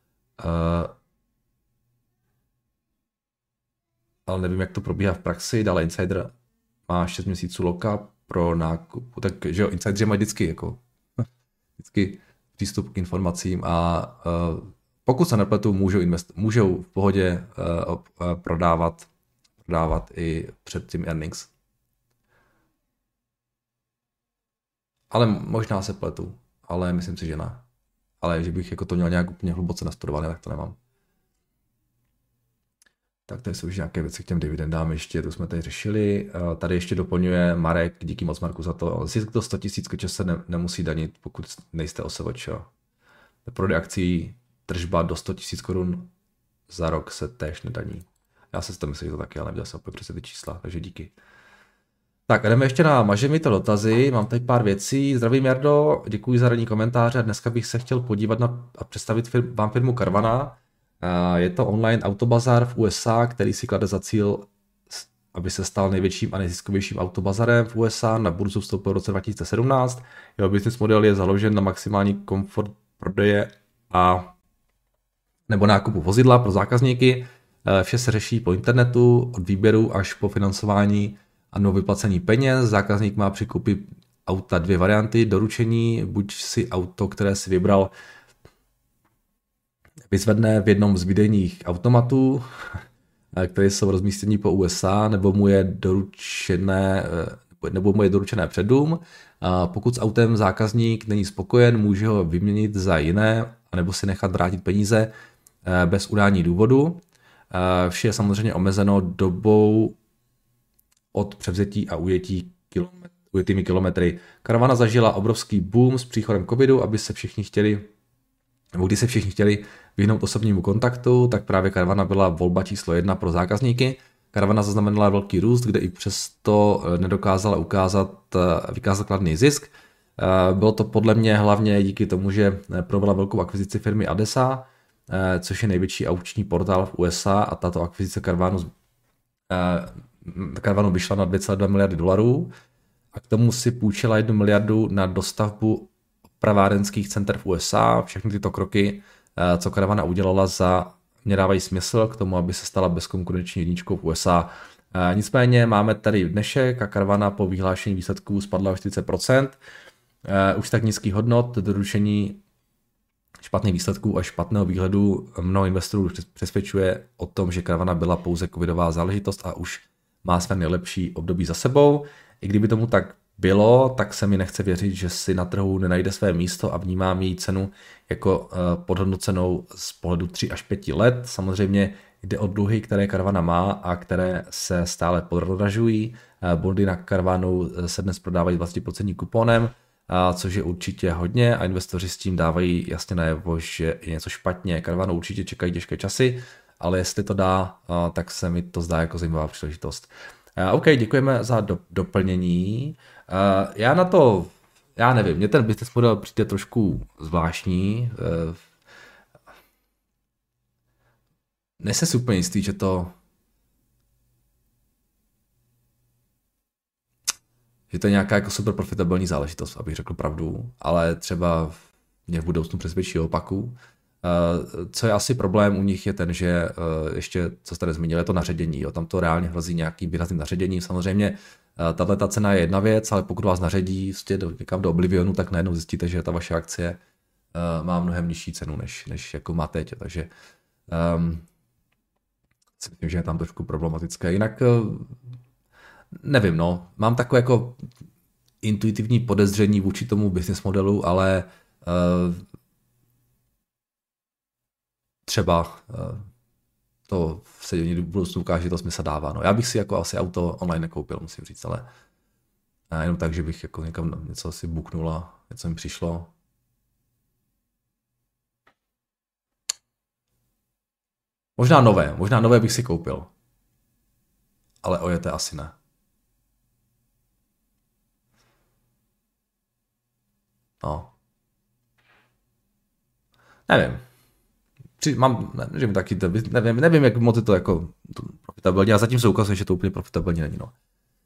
Ale nevím, jak to probíhá v praxi. Dále insider má 6 měsíců loka pro nákup. Takže jo, insideri mají vždycky přístup k informacím a pokud se nepletu, můžou v pohodě prodávat i před tím earnings. Ale možná se pletu, ale myslím si, že ne. Ale že bych jako to měl nějak úplně hluboce nastudované, tak to nemám. Tak to jsou už nějaké věci k těm dividendám ještě, to jsme tady řešili. Tady ještě doplňuje Marek, díky moc Marku za to. Zisk do 100 000 koče se nemusí danit, pokud nejste OSVČ. Prodej akcí, tržba do 100 000 korun za rok se též nedaní. Já se to myslím, že to taky, ale neviděl jsem opět přesně ty čísla, takže díky. Tak a jdeme ještě na mažemi to dotazy, mám tady pár věcí. Zdravím Jardo, děkuji za ranní komentáře. Dneska bych se chtěl podívat a představit vám firmu Carvana. Je to online autobazar v USA, který si klade za cíl, aby se stal největším a nejziskovějším autobazarem v USA. Na burzu vstoupil v roce 2017. Jeho business model je založen na maximální komfort prodeje a nebo nákupu vozidla pro zákazníky. Vše se řeší po internetu, od výběru až po financování a nebo vyplacení peněz. Zákazník má při koupi auta dvě varianty doručení, buď si auto, které si vybral, vyzvedne v jednom z výdejních automatů, které jsou rozmístění po USA, nebo mu je doručené před dům. Pokud s autem zákazník není spokojen, může ho vyměnit za jiné, anebo si nechat vrátit peníze bez udání důvodu. Vše je samozřejmě omezeno dobou od převzetí a ujetými kilometry. Caravana zažila obrovský boom s příchodem covidu, když se všichni chtěli vyhnout osobnímu kontaktu, tak právě Caravana byla volba číslo 1 pro zákazníky. Caravana zaznamenala velký růst, kde i přesto nedokázala vykázat kladný zisk. Bylo to podle mě hlavně díky tomu, že provedla velkou akvizici firmy ADESA, což je největší aukční portál v USA, a tato akvizice Caravanu vyšla na 2,2 miliardy dolarů a k tomu si půjčila 1 miliardu na dostavbu pravárenských center v USA. Všechny tyto kroky, co Caravana udělala, mě dávají smysl k tomu, aby se stala bezkonkurenční jedničkou v USA. Nicméně máme tady dnešek a Caravana po vyhlášení výsledků spadla o 40%. Už tak nízký hodnot, doručení špatných výsledků a špatného výhledu mnoho investorů přesvědčuje o tom, že Caravana byla pouze covidová záležitost a už má své nejlepší období za sebou. I kdyby tomu tak bylo, tak se mi nechce věřit, že si na trhu nenajde své místo a vnímám její cenu jako podhodnocenou z pohledu 3 až 5 let. Samozřejmě jde o dluhy, které Caravana má a které se stále podražují. Bondy na Caravanu se dnes prodávají 20% kuponem, což je určitě hodně a investoři s tím dávají jasně najevo, že je něco špatně. Caravanu určitě čekají těžké časy, ale jestli to dá, tak se mi to zdá jako zajímavá příležitost. OK, děkujeme za doplnění. Já nevím, mně ten business model přijde trošku zvláštní. Nejsem si úplně jistý, že to je nějaká jako super profitabilní záležitost, abych řekl pravdu, ale třeba mě v budoucnu přesvědčí opaku. Co je asi problém u nich je ten, že ještě, co jste nezmínili, je to naředění. Jo. Tam to reálně hrozí nějaký výrazný naředění. Samozřejmě tato cena je jedna věc, ale pokud vás naředí někam do oblivionu, tak najednou zjistíte, že ta vaše akcie má mnohem nižší cenu, než jako má teď. Takže si myslím, že je tam trošku problematické. Jinak nevím, no. Mám takové jako intuitivní podezření vůči tomu business modelu, ale třeba to se v budoucnu ukáže, že to smysl dává. No, já bych si jako asi auto online nekoupil, musím říct, ale jenom tak, že bych jako někam něco si buknul a něco mi přišlo. Možná nové bych si koupil. Ale ojeté asi ne. No. Nevím. Nevím, jak moc je to jako profitabilní, a zatím se ukazuje, že to úplně profitabilní není. No.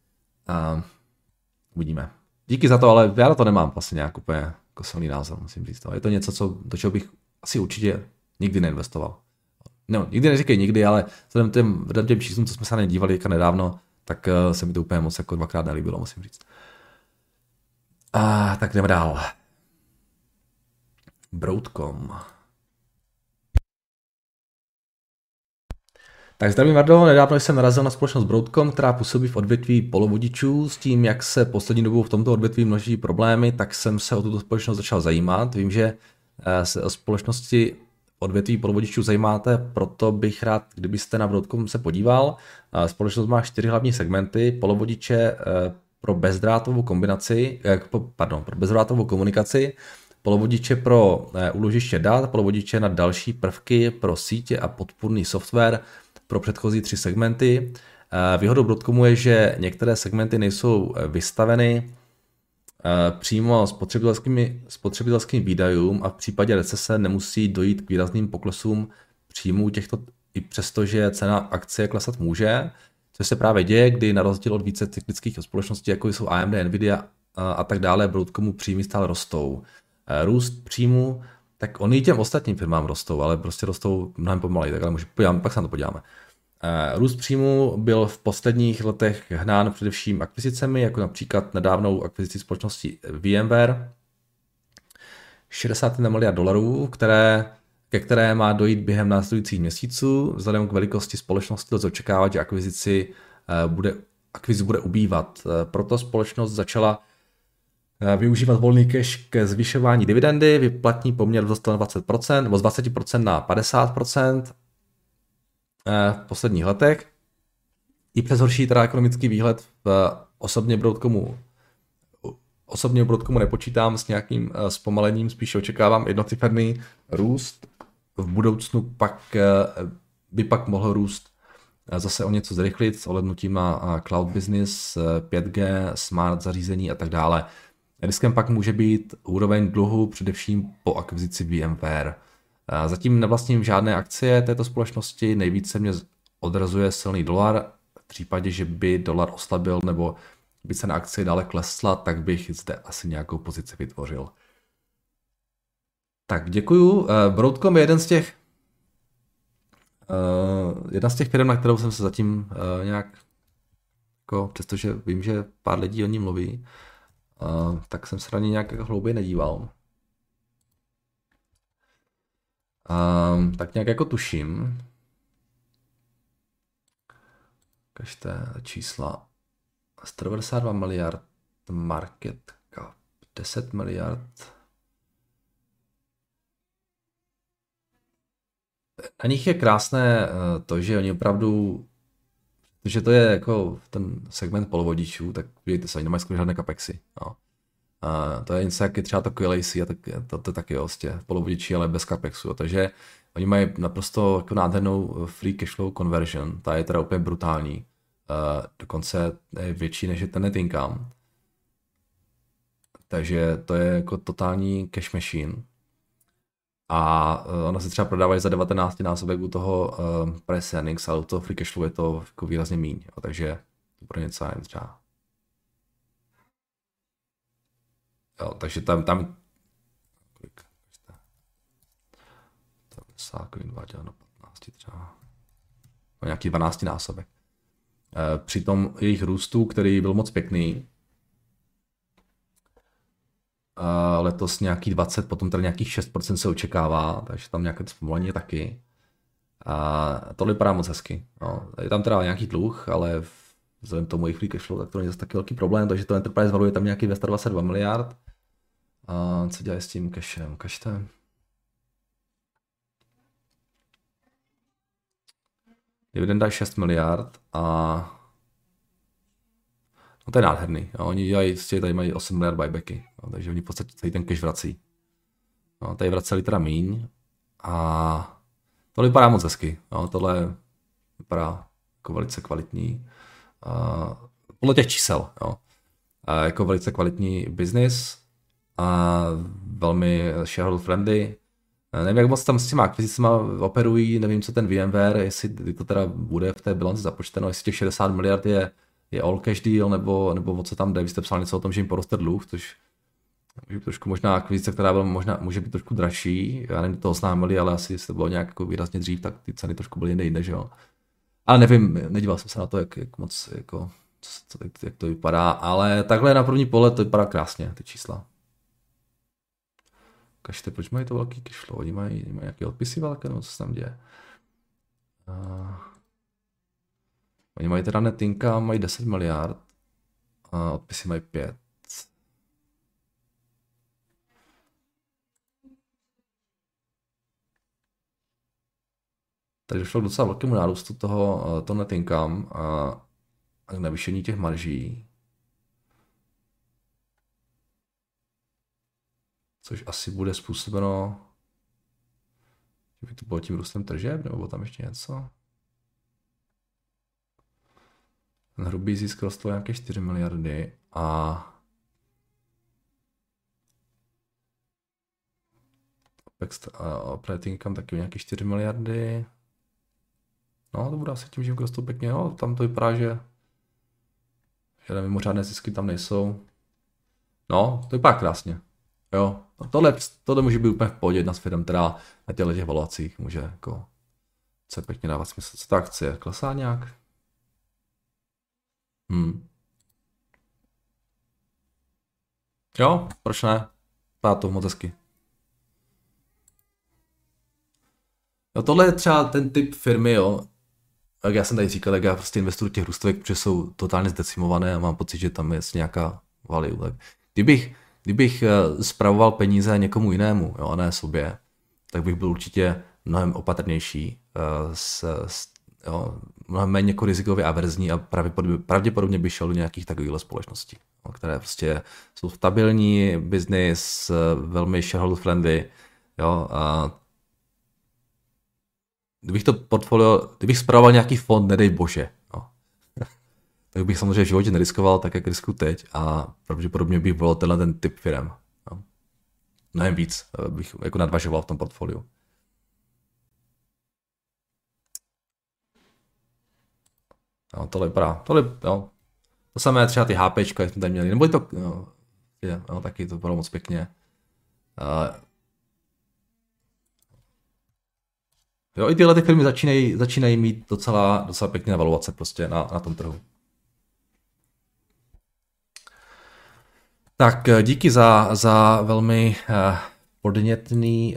Uvidíme. Díky za to, ale já na to nemám vlastně nějak úplně jako silný názor, musím říct. Je to něco, do čeho bych asi určitě nikdy neinvestoval. No, nikdy neříkej nikdy, ale vzhledem těm číslům, co jsme se nedívali nedávno, tak se mi to úplně moc jako dvakrát nelíbilo, musím říct. Tak jdeme dál. Broadcom. Tak zdravím, Mardo, nedávno jsem narazil na společnost Broadcom, která působí v odvětví polovodičů. S tím, jak se poslední dobou v tomto odvětví množí problémy, tak jsem se o tuto společnost začal zajímat. Vím, že se o společnosti odvětví polovodičů zajímáte, proto bych rád, kdybyste na Broadcom se podíval. Společnost má 4 hlavní segmenty, polovodiče pro bezdrátovou pro bezdrátovou komunikaci, polovodiče pro úložiště dat, polovodiče na další prvky pro sítě a podpůrný software pro předchozí 3 segmenty. Výhodou Broadcomu je, že některé segmenty nejsou vystaveny přímo spotřebitelským výdajům a v případě recese nemusí dojít k výrazným poklesům příjmů těchto, i přesto, že cena akcie klesat může, což se právě děje, kdy na rozdíl od více cyklických společností, jako jsou AMD, Nvidia a tak dále, Broadcomu příjmy stále rostou. Růst příjmu, tak oni těm ostatním firmám rostou, ale prostě rostou mnohem pomaleji, tak ale pak se na to podíváme. Růst příjmu byl v posledních letech hnán především akvizicemi, jako například nedávnou akvizici společnosti VMware, 61 miliard dolarů, ke které má dojít během následujících měsíců. Vzhledem k velikosti společnosti lze očekávat, že akvizi bude ubývat. Proto společnost začala využívat volný cash ke zvyšování dividendy, vyplatní poměr dostal na 20%, nebo z 20% na 50%. V posledních letech. I přes horší teda ekonomický výhled osobně Broadcomu nepočítám s nějakým zpomalením, spíš očekávám jednociferný růst. V budoucnu by pak mohl růst zase o něco zrychlit s ohlednutím na cloud business, 5G, smart zařízení a tak dále. Riskem pak může být úroveň dluhu, především po akvizici VMware. Zatím nevlastním žádné akcie této společnosti, nejvíce mě odrazuje silný dolar. V případě, že by dolar oslabil nebo by cena akcie dále klesla, tak bych zde asi nějakou pozici vytvořil. Tak děkuju. Broadcom je jedna z těch firm, na kterou jsem se zatím nějak, jako, přestože vím, že pár lidí o ní mluví, tak jsem se na ně nějak hlouběji nedíval. Tak nějak jako tuším. Kažte čísla. 192 miliard market cap, 10 miliard. Na nich je krásné to, že oni opravdu, že to je jako ten segment polovodičů, tak vidíte se, oni nemají skoro žádné capexy. No. To je něco, jak je třeba to QLAC a to taky vlastně polovodiči, ale bez capexu. Jo. Takže oni mají naprosto jako nádhernou free cash flow conversion, ta je teda úplně brutální. Dokonce je větší než je ten net income. Takže to je jako totální cash machine. A ona se třeba prodávají za 19 násobek u toho price earnings, ale u toho free cash flow je to jako výrazně míň. Jo. Takže to pro něco nevím třeba. Jo, takže tam 2 dělá na 15 třeba. No, nějaký 12 násobek. Při tom jejich růstu, který byl moc pěkný, letos nějaký 20, potom tady nějakých 6% se očekává, takže tam nějaké zpomalení je taky. To vypadá moc hezky. No, je tam teda nějaký dluh, ale vzhledem tomu jejich free cash flow, tak to není zase taky velký problém, takže to Enterprise value je tam nějaký 222 miliard. Co dělají s tím cashem? Kažte. Dividenda je 6 miliard a no to je nádherný. Jo. Oni dělají, tady mají 8 miliard buybacky, jo, takže oni v podstatě celý ten cash vrací. No, tady vraceli teda míň a to vypadá moc hezky. Jo. Tohle vypadá jako velice kvalitní. Podle těch čísel. Jo. Jako velice kvalitní business. Velmi shareholder friendly. Nevím, jak moc tam s těma akvizicema operují, nevím, co ten VMware, jestli to teda bude v té bilanci započteno, jestli těch 60 miliard je all cash deal, nebo o co tam jde. Vy jste psal něco o tom, že jim poroste dluh, což může být trošku možná akvizice, která byla může být trošku dražší. Já nevím, to oznámili, ale asi jestli to bylo nějak jako výrazně dřív, tak ty ceny trošku byly jinde, že jo. Ale nevím, nedíval jsem se na to, jak moc, jako, jak to vypadá, ale takhle na první pohled to vypadá krásně, ty čísla. Kažte, proč mají to velký cash flow? Oni mají nějaké odpisy velké, nebo co se tam děje? Oni mají teda net income, mají 10 miliard a odpisy mají 5. tady došlo k docela velkému nárůstu toho net income a k navýšení těch marží. Což asi bude způsobeno, že by to bylo tím růstem tržeb, nebo bylo tam ještě něco? Ten hrubý zisk rostl nějaké 4 miliardy a operating income taky nějaké 4 miliardy. No, to bude asi tím, že rostou pěkně. No, tam to vypadá, že žádné mimořádné zisky tam nejsou. No, to vypadá krásně. Jo, no tohle může být úplně v pohodě jedna s firm, teda na těch valuacích může jako se pěkně dávat smysl. Co ta akcie? Klesá nějak? Jo, proč ne? Pá to moc hezky. No tohle je třeba ten typ firmy, jo. Jak já jsem tady říkal, tak já prostě investuju těch růstovek, protože jsou totálně zdecimované a mám pocit, že tam je nějaká value. Tak kdybych spravoval peníze někomu jinému, jo, a ne sobě, tak bych byl určitě mnohem opatrnější, mnohem méně jako rizikově averzní a pravděpodobně bych šel do nějakých takových společností, jo, které prostě jsou stabilní, business, velmi shareholder friendly, jo, a kdybych spravoval nějaký fond, nedej bože, no, tak bych samozřejmě v životě neriskoval tak, jak riskuju teď a pravděpodobně bych volil tenhle ten typ firem. No. Mnohem víc bych jako nadvažoval v tom portfoliu. No, tohle vypadá, jo. To samé třeba ty HPčka, jak jsme tady měli, nebo to, no, taky to bylo moc pěkně. Jo, i tyhle ty firmy začínají mít docela pěkné valuace prostě na tom trhu. Tak díky za velmi podnětný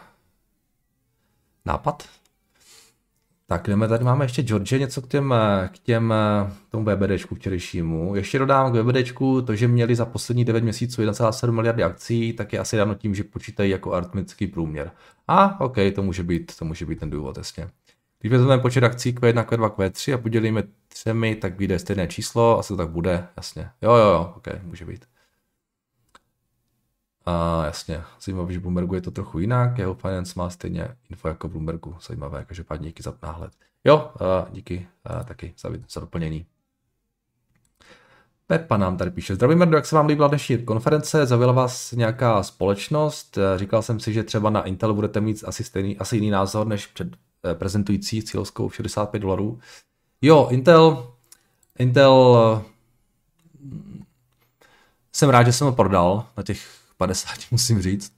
nápad. Tak jdeme, tady máme ještě George, něco k tomu BBDčku včerejšímu. Ještě dodám k BBDčku to, že měli za poslední 9 měsíců 1,7 miliardy akcí, tak je asi dáno tím, že počítají jako aritmetický průměr. OK, to může být ten důvod, jasně. Když vezmeme počet akcí Q1, Q2, Q3 a podělíme 3, tak vyjde stejné číslo, asi to tak bude, jasně. Jo, OK, může být. Jasně, zajímavé, že Bloombergu je to trochu jinak, jeho finance má stejně info jako Bloombergu, zajímavé, každopádně díky za náhled. Jo, díky taky za doplnění. Pepa nám tady píše, zdravím Merdo, jak se vám líbila dnešní konference, zaujala vás nějaká společnost, říkal jsem si, že třeba na Intel budete mít asi jiný názor, než před prezentující cílovskou $65. Jo, Intel jsem rád, že jsem ho prodal na těch 50, musím říct.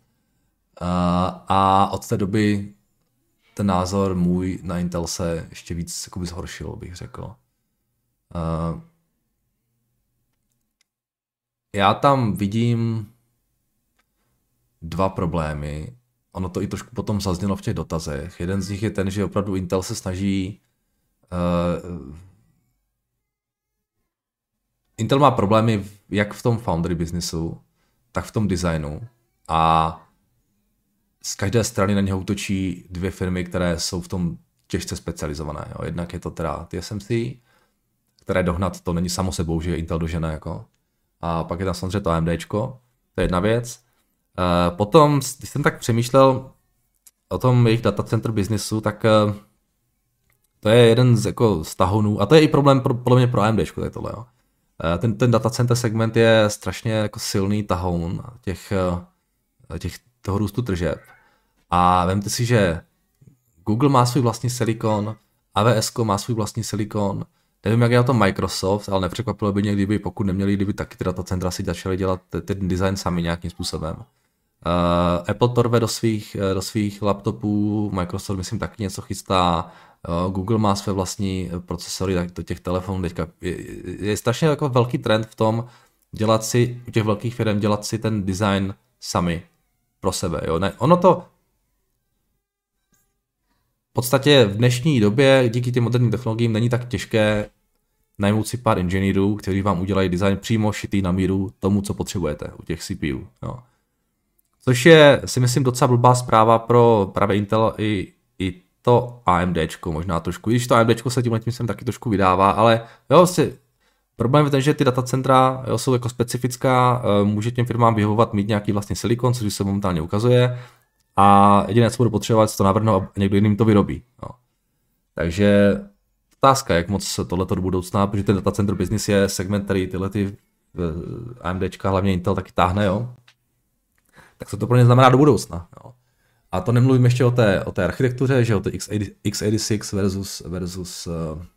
A od té doby ten názor můj na Intel se ještě víc jakoby zhoršil, bych řekl. Já tam vidím 2 problémy. Ono to i trošku potom zaznělo v těch dotazech. Jeden z nich je ten, že opravdu Intel se snaží Intel má problémy jak v tom foundry businessu, tak v tom designu a z každé strany na něho útočí 2 firmy, které jsou v tom těžce specializované. Jo. Jednak je to teda TSMC, které dohnat to není samo sebou, že Intel dožene. Jako. A pak je tam samozřejmě to AMDčko, to je jedna věc. Potom, když jsem tak přemýšlel o tom jejich data center businessu, tak to je jeden z jako stahonů, a to je i problém podle mě pro AMDčko, to je tohle. Jo. Ten data center segment je strašně jako silný tahoun toho růstu tržeb. A vemte si, že Google má svůj vlastní silikon, AWS má svůj vlastní silikon, nevím, jak je na tom Microsoft, ale nepřekvapilo by mě, kdyby taky ty data centra si začaly dělat ten design sami nějakým způsobem. Apple to rve do svých laptopů, Microsoft myslím taky něco chystá, Google má své vlastní procesory do těch telefonů teďka. Je strašně jako velký trend v tom u těch velkých firm dělat si ten design sami pro sebe. Jo? Ne, ono to v podstatě v dnešní době díky těm moderním technologiím není tak těžké najmout si pár inženýrů, kteří vám udělají design přímo šitý na míru tomu, co potřebujete u těch CPU. Jo. Což je, si myslím, docela blbá zpráva pro právě Intel i to AMDčko možná trošku, když to AMDčko se tímhle tím sem taky trošku vydává, ale jo, problém je ten, že ty datacentra jsou jako specifická, může těm firmám vyhovovat mít nějaký vlastně silikon, což se momentálně ukazuje, a jediné, co budu potřebovat, je to navrhnout a někdo jiným to vyrobí. No. Takže otázka, jak moc se tohleto do budoucna, protože ten datacenter business je segment, který tyhle ty AMDčka, hlavně Intel, taky táhne, jo. Tak co to pro ně znamená do budoucna. Jo. A to nemluvím ještě o té architektuře, že o té x86 versus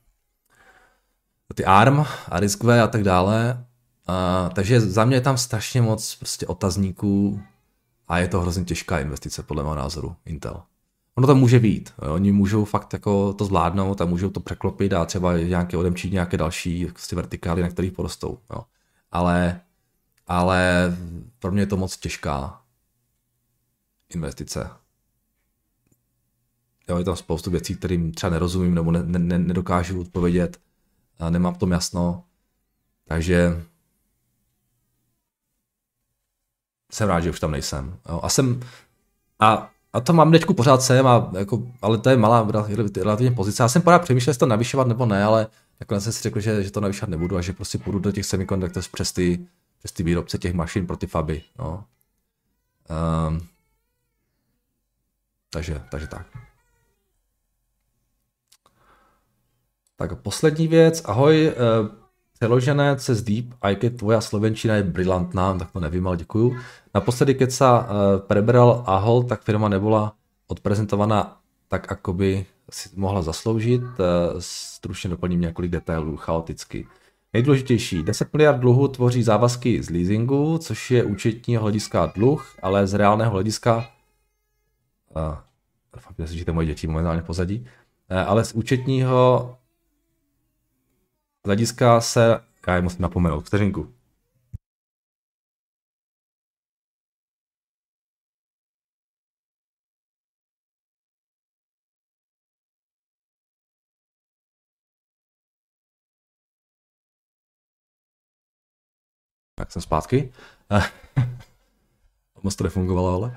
ty ARM a RISC-V a tak dále. Takže za mě je tam strašně moc prostě otazníků a je to hrozně těžká investice podle mého názoru Intel. Ono to může být, jo. Oni můžou fakt jako to zvládnout a můžou to překlopit a třeba odemčít nějaké další prostě vertikály, na kterých porostou. Jo. Ale pro mě je to moc těžká investice. Jo, je tam spoustu věcí, kterým třeba nerozumím nebo nedokážu odpovědět. A nemám v tom jasno. Takže jsem rád, že už tam nejsem. Jo, a to mám dečku pořád sem, ale to je malá relativně pozice. Já jsem pořád přemýšlel, jestli to navyšovat nebo ne, ale nakonec jsem si řekl, že to navyšovat nebudu a že prostě půjdu do těch semiconductors přes ty výrobce těch mašin pro ty faby. No. Takže tak. Tak poslední věc, ahoj, přeložené cez Deep, a jak je tvoja slovenčina je brilantná, tak to nevím, ale děkuju. Naposledy, keď sa preberal Ahol, tak firma nebola odprezentovaná tak, ako by si mohla zasloužit. Stručně doplním několik detailů, chaoticky. Nejdůležitější, 10 miliard dluhu tvoří závazky z leasingu, což je účetního hlediska dluh, ale z reálného hlediska doufám, že slyšíte moje děti momentálně v pozadí, ale z účetního hlediska se, já je musím napomenout, vteřinku. Tak jsem zpátky. Moc to nefungovalo, ale.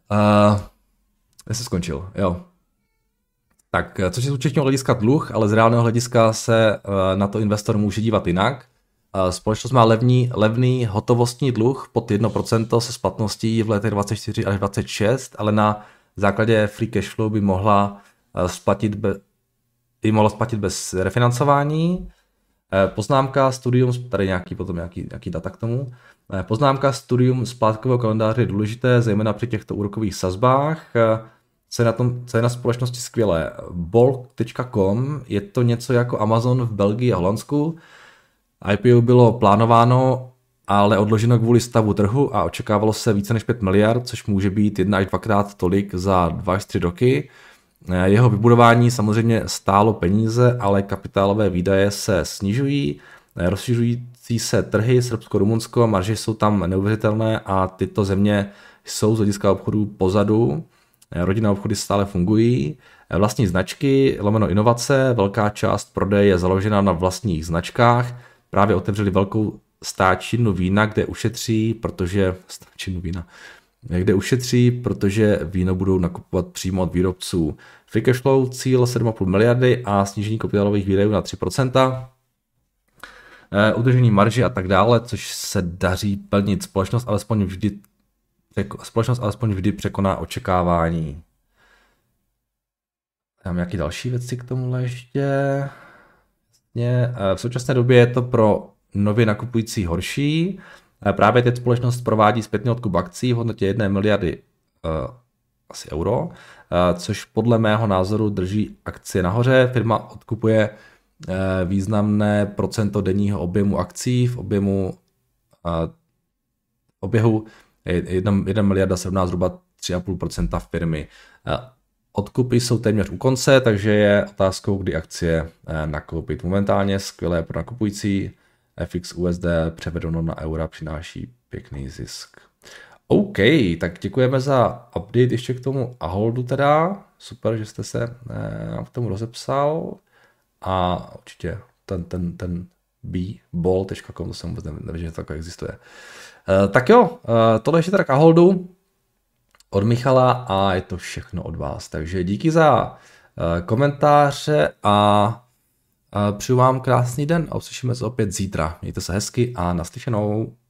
Já jsem skončil, jo. Tak, což je z účetního hlediska dluh, ale z reálného hlediska se na to investor může dívat jinak. Společnost má levný hotovostní dluh pod 1% se splatností v letech 24 až 26, ale na základě free cash flow by mohla splatit bez refinancování. Poznámka studium, tady nějaký data k tomu. Poznámka studium splátkového kalendáře je důležité, zejména při těchto úrokových sazbách. Co je na společnosti skvělé? Bol.com je to něco jako Amazon v Belgii a Holandsku. IPO bylo plánováno, ale odloženo kvůli stavu trhu a očekávalo se více než 5 miliard, což může být 1 až 2krát tolik za 2 až 3 roky. Jeho vybudování samozřejmě stálo peníze, ale kapitálové výdaje se snižují, rozšiřující se trhy Srbsko, Rumunsko, marže jsou tam neuvěřitelné a tyto země jsou z hlediska obchodu pozadu. Rodinné obchody stále fungují. Vlastní značky, lomeno inovace, velká část prodeje je založena na vlastních značkách. Právě otevřeli velkou stáčinu vína, kde ušetří, protože víno budou nakupovat přímo od výrobců. Free cash flow cíl 7,5 miliardy a snížení kapitálových výdajů na 3%. Udržení marži a tak dále, což se daří plnit. Společnost alespoň vždy překoná očekávání. Mám nějaké další věci k tomuhle ještě. V současné době je to pro nově nakupující horší. Právě teď společnost provádí zpětný odkup akcí v hodnotě 1 miliardy asi euro, což podle mého názoru drží akcie nahoře. Firma odkupuje významné procento denního objemu akcí v oběhu 1 miliarda se rovná zhruba 3,5% firmy. Odkupy jsou téměř u konce, takže je otázkou, kdy akcie nakoupit. Momentálně skvělé pro nakupující, FX USD převedeno na eura přináší pěkný zisk. OK, tak děkujeme za update ještě k tomu Aholdu teda. Super, že jste se k tomu rozepsal. A určitě ten ball.com, to jsem vůbec nevěděl, že to takové existuje. Tak jo, tohle ještě teda k Aholdu od Michala a je to všechno od vás. Takže díky za komentáře a přeju vám krásný den a uslyšíme se opět zítra. Mějte se hezky a naslyšenou.